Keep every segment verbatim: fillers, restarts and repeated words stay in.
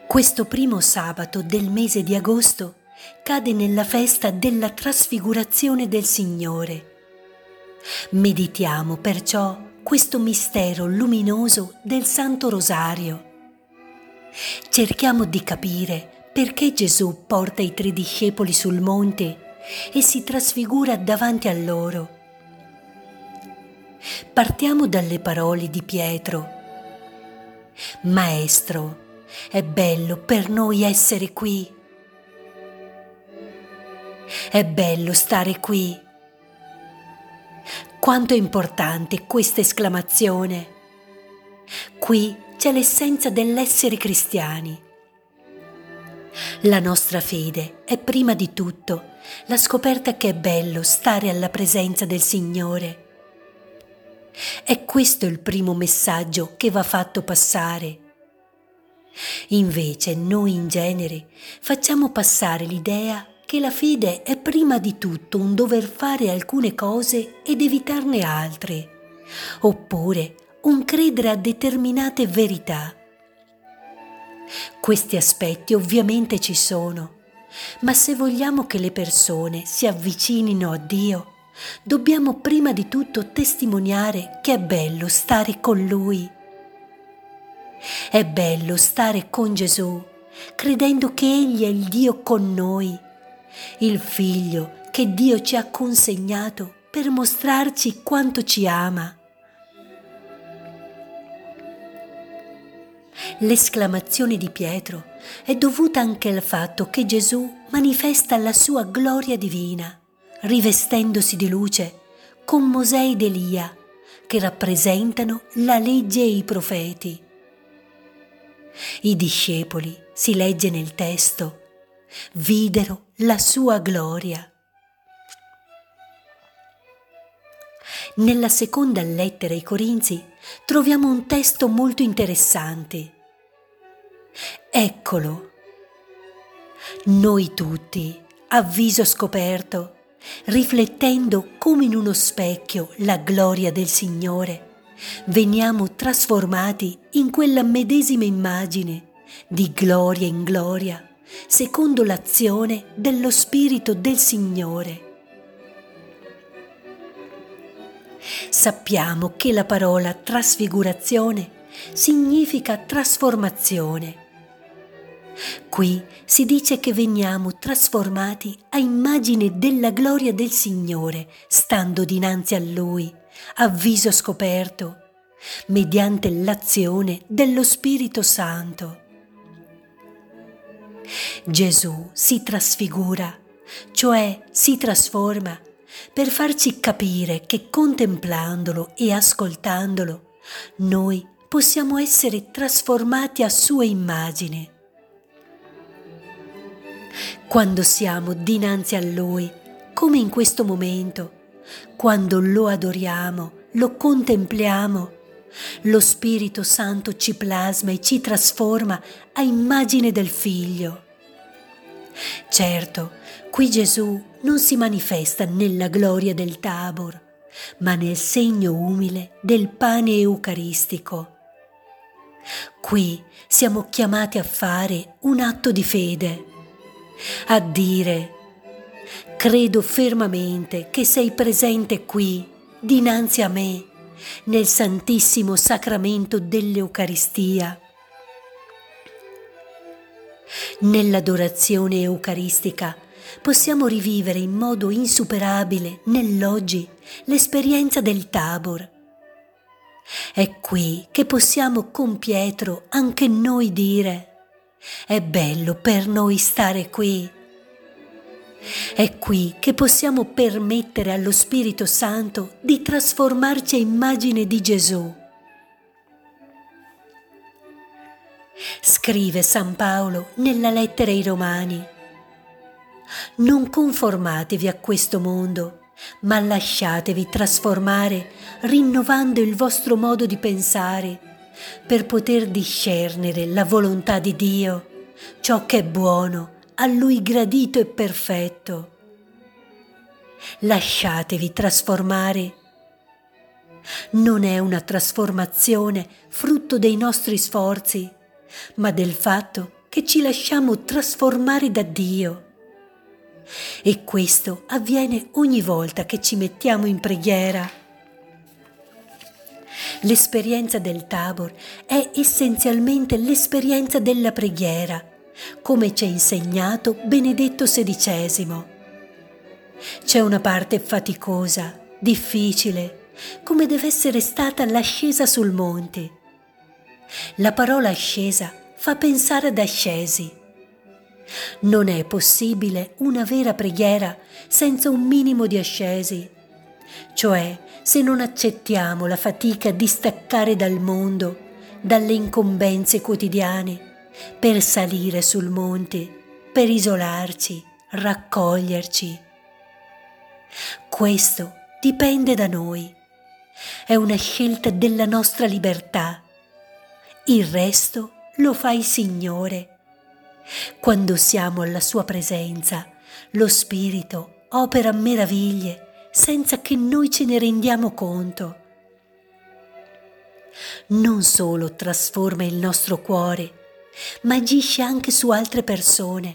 Questo primo sabato del mese di agosto cade nella festa della trasfigurazione del Signore. Meditiamo perciò questo mistero luminoso del Santo Rosario. Cerchiamo di capire perché Gesù porta i tre discepoli sul monte e si trasfigura davanti a loro. Partiamo dalle parole di Pietro. Maestro, è bello per noi essere qui. È bello stare qui. Quanto è importante questa esclamazione. Qui c'è l'essenza dell'essere cristiani. La nostra fede è prima di tutto la scoperta che è bello stare alla presenza del Signore. È questo il primo messaggio che va fatto passare. Invece noi in genere facciamo passare l'idea che la fede è prima di tutto un dover fare alcune cose ed evitarne altre, oppure un credere a determinate verità. Questi aspetti ovviamente ci sono, ma se vogliamo che le persone si avvicinino a Dio, dobbiamo prima di tutto testimoniare che è bello stare con Lui. È bello stare con Gesù, credendo che Egli è il Dio con noi, il Figlio che Dio ci ha consegnato per mostrarci quanto ci ama. L'esclamazione di Pietro è dovuta anche al fatto che Gesù manifesta la sua gloria divina, rivestendosi di luce con Mosè ed Elia, che rappresentano la legge e i profeti. I discepoli, si legge nel testo, videro la sua gloria. Nella seconda lettera ai Corinzi troviamo un testo molto interessante. Eccolo. Noi tutti, a viso scoperto, riflettendo come in uno specchio la gloria del Signore, veniamo trasformati in quella medesima immagine, di gloria in gloria, secondo l'azione dello Spirito del Signore. Sappiamo che la parola trasfigurazione significa trasformazione. Qui si dice che veniamo trasformati a immagine della gloria del Signore, stando dinanzi a Lui, a viso scoperto, mediante l'azione dello Spirito Santo. Gesù si trasfigura, cioè si trasforma, per farci capire che contemplandolo e ascoltandolo, noi possiamo essere trasformati a sua immagine. Quando siamo dinanzi a Lui, come in questo momento, quando lo adoriamo, lo contempliamo, lo Spirito Santo ci plasma e ci trasforma a immagine del Figlio. Certo, qui Gesù non si manifesta nella gloria del Tabor, ma nel segno umile del pane eucaristico. Qui siamo chiamati a fare un atto di fede, a dire: credo fermamente che sei presente qui, dinanzi a me, nel Santissimo Sacramento dell'Eucaristia. Nell'adorazione eucaristica possiamo rivivere in modo insuperabile nell'oggi l'esperienza del Tabor. È qui che possiamo con Pietro anche noi dire: è bello per noi stare qui. È qui che possiamo permettere allo Spirito Santo di trasformarci a immagine di Gesù. Scrive San Paolo nella lettera ai Romani: non conformatevi a questo mondo, ma lasciatevi trasformare rinnovando il vostro modo di pensare per poter discernere la volontà di Dio, ciò che è buono, a Lui gradito e perfetto. Lasciatevi trasformare. Non è una trasformazione frutto dei nostri sforzi, ma del fatto che ci lasciamo trasformare da Dio. E questo avviene ogni volta che ci mettiamo in preghiera. L'esperienza del Tabor è essenzialmente l'esperienza della preghiera, come ci ha insegnato Benedetto sedicesimo. C'è una parte faticosa, difficile, come deve essere stata l'ascesa sul monte. La parola ascesa fa pensare ad ascesi. Non è possibile una vera preghiera senza un minimo di ascesi, cioè se non accettiamo la fatica di staccare dal mondo, dalle incombenze quotidiane, per salire sul monte, per isolarci, raccoglierci. Questo dipende da noi, è una scelta della nostra libertà. Il resto lo fa il Signore. Quando siamo alla sua presenza, lo Spirito opera meraviglie senza che noi ce ne rendiamo conto. Non solo trasforma il nostro cuore, ma agisce anche su altre persone.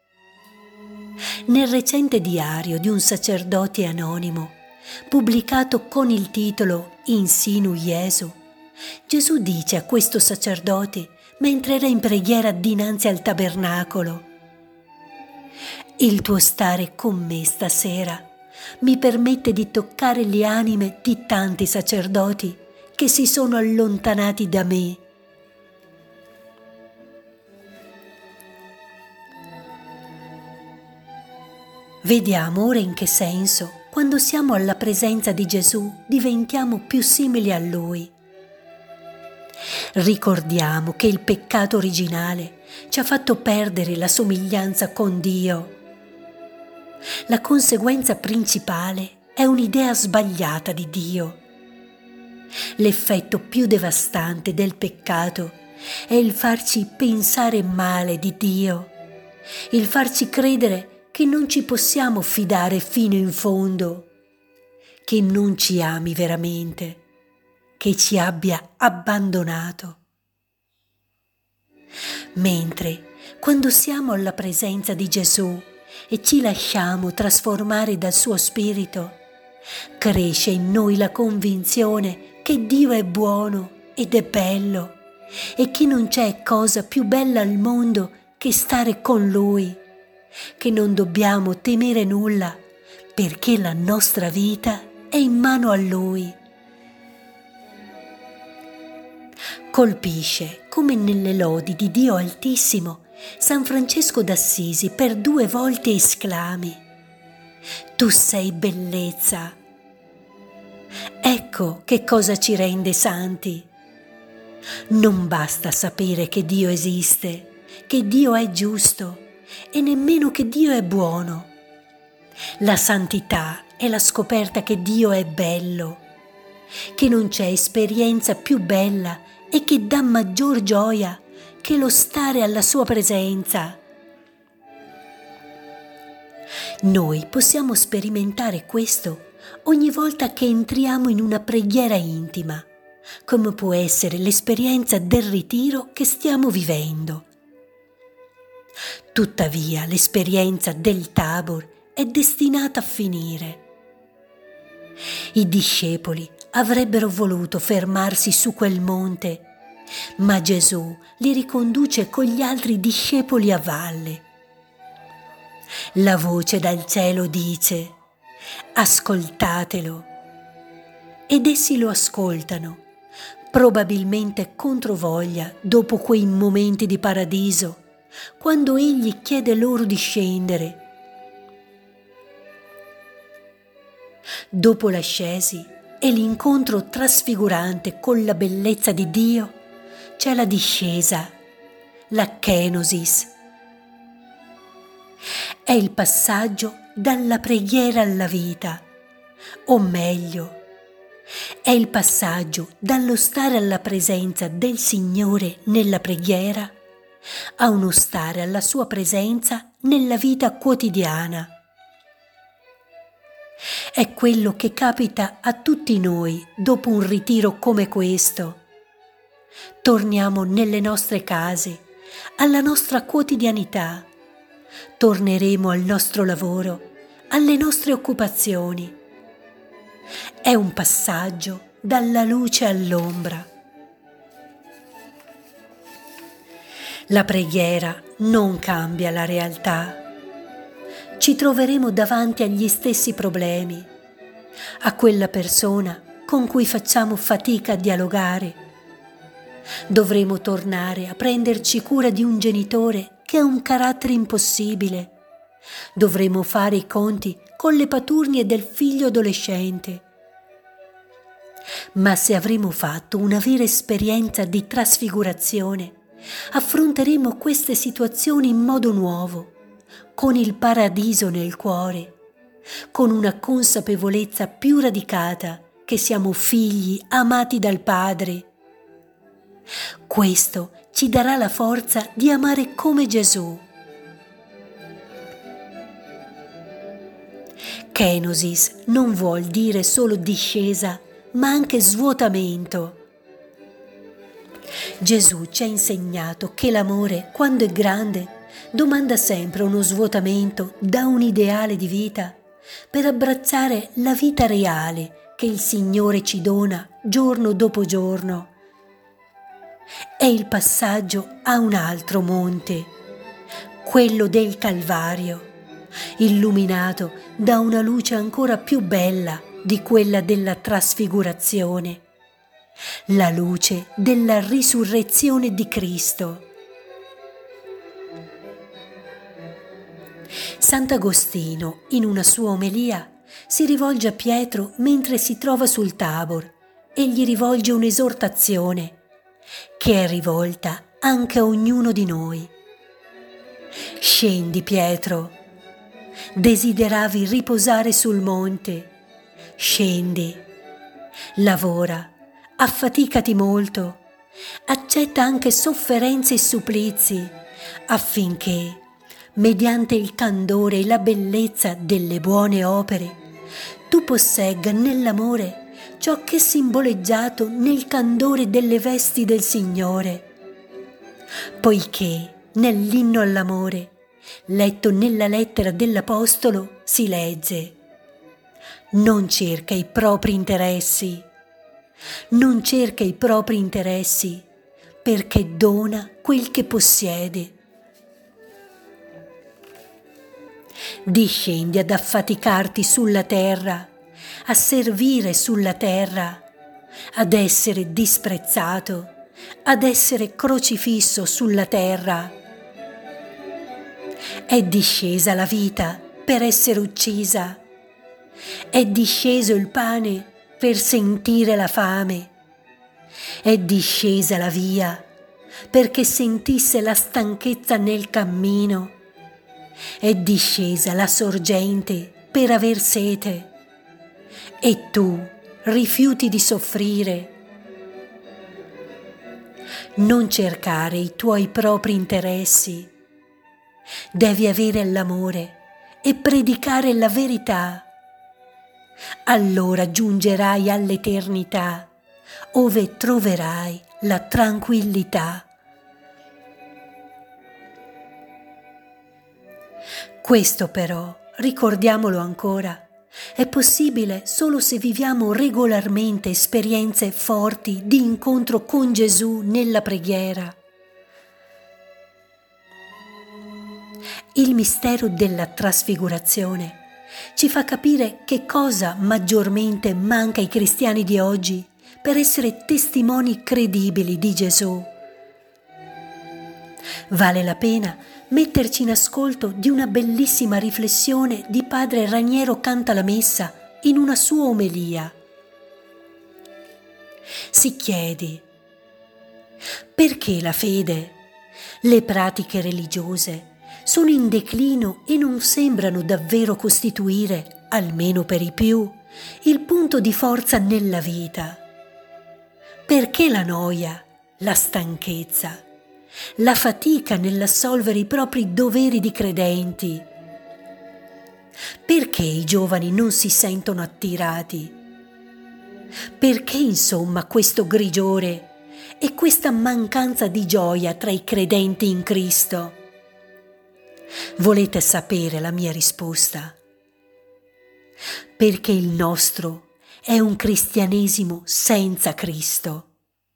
Nel recente diario di un sacerdote anonimo, pubblicato con il titolo Insinu Jesu, Gesù dice a questo sacerdote mentre era in preghiera dinanzi al tabernacolo: «Il tuo stare con me stasera mi permette di toccare le anime di tanti sacerdoti che si sono allontanati da me». Vediamo ora in che senso, quando siamo alla presenza di Gesù, diventiamo più simili a Lui. Ricordiamo che il peccato originale ci ha fatto perdere la somiglianza con Dio. La conseguenza principale è un'idea sbagliata di Dio. L'effetto più devastante del peccato è il farci pensare male di Dio, il farci credere che non ci possiamo fidare fino in fondo, che non ci ami veramente, che ci abbia abbandonato. Mentre quando siamo alla presenza di Gesù e ci lasciamo trasformare dal suo Spirito, cresce in noi la convinzione che Dio è buono ed è bello e che non c'è cosa più bella al mondo che stare con Lui, che non dobbiamo temere nulla perché la nostra vita è in mano a Lui. Colpisce come nelle lodi di Dio Altissimo San Francesco d'Assisi per due volte esclami: «Tu sei bellezza». Ecco che cosa ci rende santi. Non basta sapere che Dio esiste, che Dio è giusto e nemmeno che Dio è buono. La santità è la scoperta che Dio è bello, che non c'è esperienza più bella e che dà maggior gioia che lo stare alla sua presenza. Noi possiamo sperimentare questo ogni volta che entriamo in una preghiera intima, come può essere l'esperienza del ritiro che stiamo vivendo. Tuttavia, l'esperienza del Tabor è destinata a finire. I discepoli avrebbero voluto fermarsi su quel monte, ma Gesù li riconduce con gli altri discepoli a valle. La voce dal cielo dice: «Ascoltatelo». Ed essi lo ascoltano, probabilmente controvoglia dopo quei momenti di paradiso, quando egli chiede loro di scendere. Dopo l'ascesi e l'incontro trasfigurante con la bellezza di Dio, c'è la discesa, la kenosis. È il passaggio dalla preghiera alla vita, o meglio, è il passaggio dallo stare alla presenza del Signore nella preghiera a uno stare alla sua presenza nella vita quotidiana. È quello che capita a tutti noi dopo un ritiro come questo. Torniamo nelle nostre case, alla nostra quotidianità, torneremo al nostro lavoro, alle nostre occupazioni. È un passaggio dalla luce all'ombra. La preghiera non cambia la realtà. Ci troveremo davanti agli stessi problemi, a quella persona con cui facciamo fatica a dialogare. Dovremo tornare a prenderci cura di un genitore che ha un carattere impossibile. Dovremo fare i conti con le paturnie del figlio adolescente. Ma se avremo fatto una vera esperienza di trasfigurazione, affronteremo queste situazioni in modo nuovo, con il paradiso nel cuore, con una consapevolezza più radicata che siamo figli amati dal Padre. Questo ci darà la forza di amare come Gesù. Kenosis non vuol dire solo discesa, ma anche svuotamento. Gesù ci ha insegnato che l'amore, quando è grande, domanda sempre uno svuotamento da un ideale di vita per abbracciare la vita reale che il Signore ci dona giorno dopo giorno. È il passaggio a un altro monte, quello del Calvario, illuminato da una luce ancora più bella di quella della trasfigurazione, la luce della risurrezione di Cristo. Sant'Agostino, in una sua omelia, si rivolge a Pietro mentre si trova sul Tabor e gli rivolge un'esortazione che è rivolta anche a ognuno di noi. Scendi, Pietro, desideravi riposare sul monte, scendi, lavora, affaticati molto, accetta anche sofferenze e supplizi affinché, mediante il candore e la bellezza delle buone opere, tu possegga nell'amore ciò che è simboleggiato nel candore delle vesti del Signore, poiché nell'inno all'amore, letto nella lettera dell'Apostolo, si legge: non cerca i propri interessi, non cerca i propri interessi, perché dona quel che possiede. Discendi ad affaticarti sulla terra, a servire sulla terra, ad essere disprezzato, ad essere crocifisso sulla terra. È discesa la vita per essere uccisa, è disceso il pane per sentire la fame, è discesa la via perché sentisse la stanchezza nel cammino, è discesa la sorgente per aver sete, e tu rifiuti di soffrire. Non cercare i tuoi propri interessi, devi avere l'amore e predicare la verità. Allora giungerai all'eternità, ove troverai la tranquillità. Questo però, ricordiamolo ancora, è possibile solo se viviamo regolarmente esperienze forti di incontro con Gesù nella preghiera. Il mistero della trasfigurazione ci fa capire che cosa maggiormente manca ai cristiani di oggi per essere testimoni credibili di Gesù. Vale la pena metterci in ascolto di una bellissima riflessione di padre Raniero Cantalamessa in una sua omelia. Si chiede: perché la fede, le pratiche religiose, sono in declino e non sembrano davvero costituire, almeno per i più, il punto di forza nella vita? Perché la noia, la stanchezza, la fatica nell'assolvere i propri doveri di credenti? Perché i giovani non si sentono attirati? Perché insomma questo grigiore è questa mancanza di gioia tra i credenti in Cristo? Volete sapere la mia risposta? Perché il nostro è un cristianesimo senza Cristo.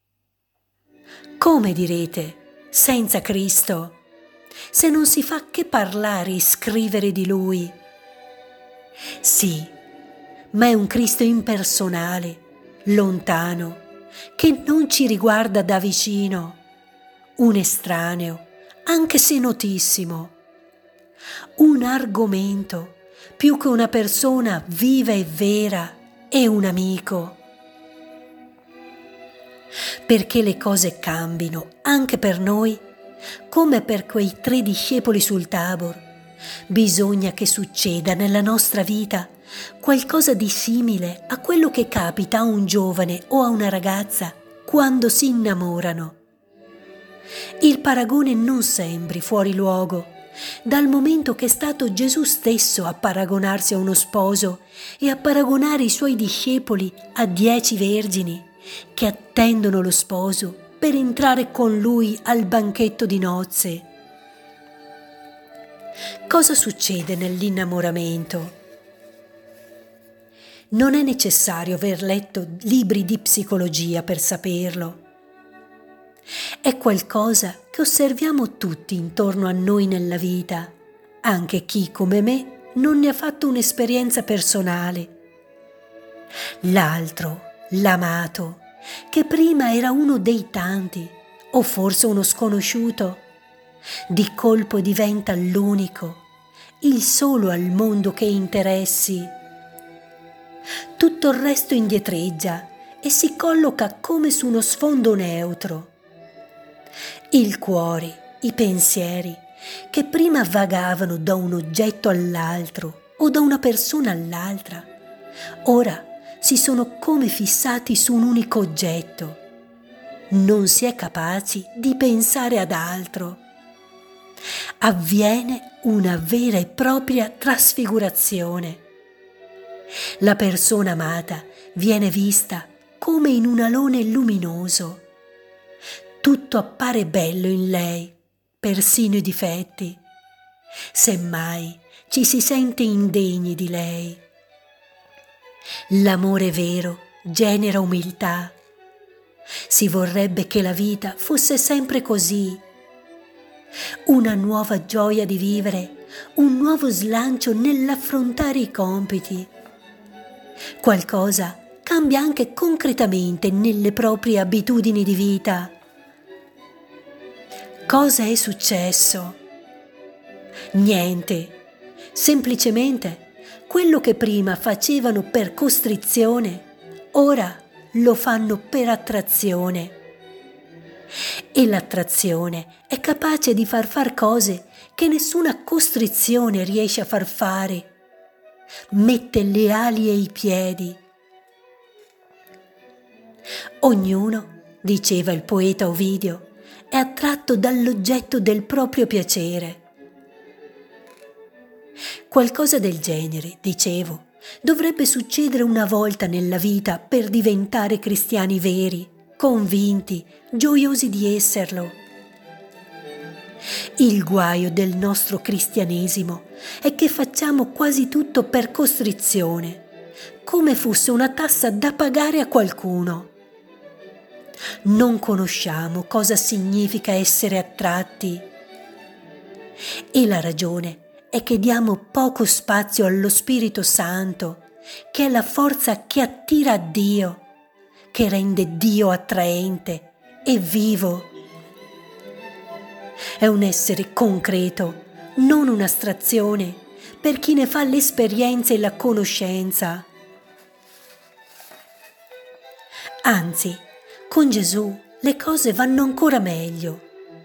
Come direte, senza Cristo, se non si fa che parlare e scrivere di Lui? Sì, ma è un Cristo impersonale, lontano, che non ci riguarda da vicino, un estraneo, anche se notissimo, un argomento più che una persona viva e vera e un amico. Perché le cose cambino anche per noi, come per quei tre discepoli sul Tabor, bisogna che succeda nella nostra vita qualcosa di simile a quello che capita a un giovane o a una ragazza quando si innamorano. Il paragone non sembri fuori luogo, dal momento che è stato Gesù stesso a paragonarsi a uno sposo e a paragonare i suoi discepoli a dieci vergini che attendono lo sposo per entrare con lui al banchetto di nozze. Cosa succede nell'innamoramento? Non è necessario aver letto libri di psicologia per saperlo. È qualcosa che osserviamo tutti intorno a noi nella vita, anche chi, come me, non ne ha fatto un'esperienza personale. L'altro, l'amato, che prima era uno dei tanti, o forse uno sconosciuto, di colpo diventa l'unico, il solo al mondo che interessi. Tutto il resto indietreggia e si colloca come su uno sfondo neutro. Il cuore, i pensieri, che prima vagavano da un oggetto all'altro o da una persona all'altra, ora si sono come fissati su un unico oggetto. Non si è capaci di pensare ad altro. Avviene una vera e propria trasfigurazione. La persona amata viene vista come in un alone luminoso. Tutto appare bello in lei, persino i difetti. Semmai ci si sente indegni di lei. L'amore vero genera umiltà. Si vorrebbe che la vita fosse sempre così. Una nuova gioia di vivere, un nuovo slancio nell'affrontare i compiti. Qualcosa cambia anche concretamente nelle proprie abitudini di vita. Cosa è successo? Niente, semplicemente quello che prima facevano per costrizione, ora lo fanno per attrazione. E l'attrazione è capace di far far cose che nessuna costrizione riesce a far fare. Mette le ali ai piedi. Ognuno, diceva il poeta Ovidio, è attratto dall'oggetto del proprio piacere. Qualcosa del genere, dicevo, dovrebbe succedere una volta nella vita per diventare cristiani veri, convinti, gioiosi di esserlo. Il guaio del nostro cristianesimo è che facciamo quasi tutto per costrizione, come fosse una tassa da pagare a qualcuno. Non conosciamo cosa significa essere attratti. E la ragione è che diamo poco spazio allo Spirito Santo, che è la forza che attira a Dio, che rende Dio attraente e vivo. È un essere concreto, non un'astrazione, per chi ne fa l'esperienza e la conoscenza. Anzi, con Gesù le cose vanno ancora meglio.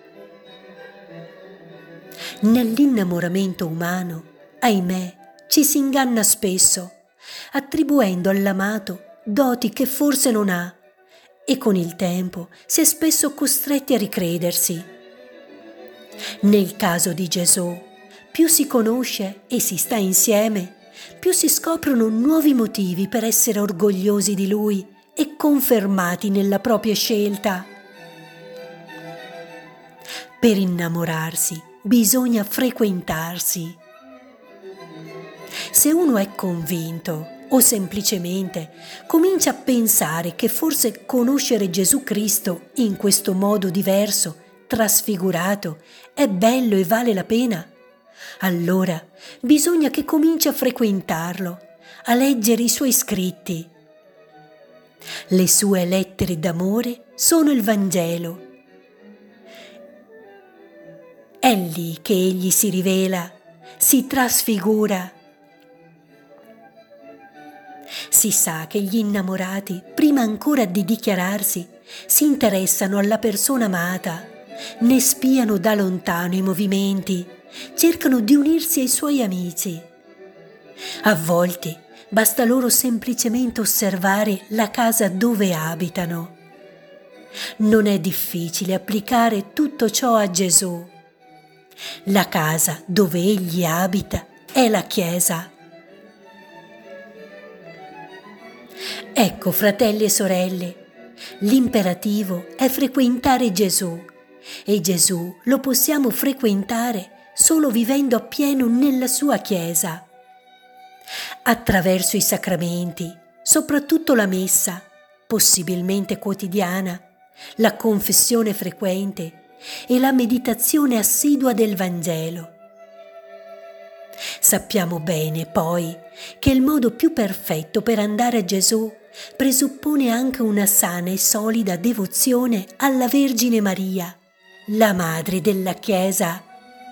Nell'innamoramento umano, ahimè, ci si inganna spesso, attribuendo all'amato doti che forse non ha, e con il tempo si è spesso costretti a ricredersi. Nel caso di Gesù, più si conosce e si sta insieme, più si scoprono nuovi motivi per essere orgogliosi di Lui e confermati nella propria scelta. Per innamorarsi bisogna frequentarsi. Se uno è convinto o semplicemente comincia a pensare che forse conoscere Gesù Cristo in questo modo diverso, trasfigurato, è bello e vale la pena, allora bisogna che cominci a frequentarlo, a leggere i suoi scritti. Le sue lettere d'amore sono il Vangelo. È lì che egli si rivela, si trasfigura. Si sa che gli innamorati, prima ancora di dichiararsi, si interessano alla persona amata, ne spiano da lontano i movimenti, cercano di unirsi ai suoi amici. A volte basta loro semplicemente osservare la casa dove abitano. Non è difficile applicare tutto ciò a Gesù. La casa dove egli abita è la Chiesa. Ecco, fratelli e sorelle, l'imperativo è frequentare Gesù e Gesù lo possiamo frequentare solo vivendo appieno nella sua Chiesa. Attraverso i sacramenti, soprattutto la messa, possibilmente quotidiana, la confessione frequente e la meditazione assidua del Vangelo. Sappiamo bene, poi, che il modo più perfetto per andare a Gesù presuppone anche una sana e solida devozione alla Vergine Maria, la Madre della Chiesa.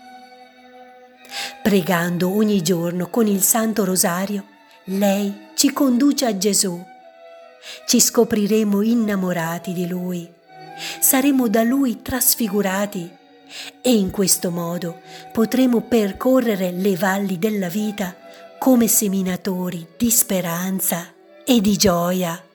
Pregando ogni giorno con il Santo Rosario, lei ci conduce a Gesù. Ci scopriremo innamorati di Lui, saremo da Lui trasfigurati e in questo modo potremo percorrere le valli della vita come seminatori di speranza e di gioia.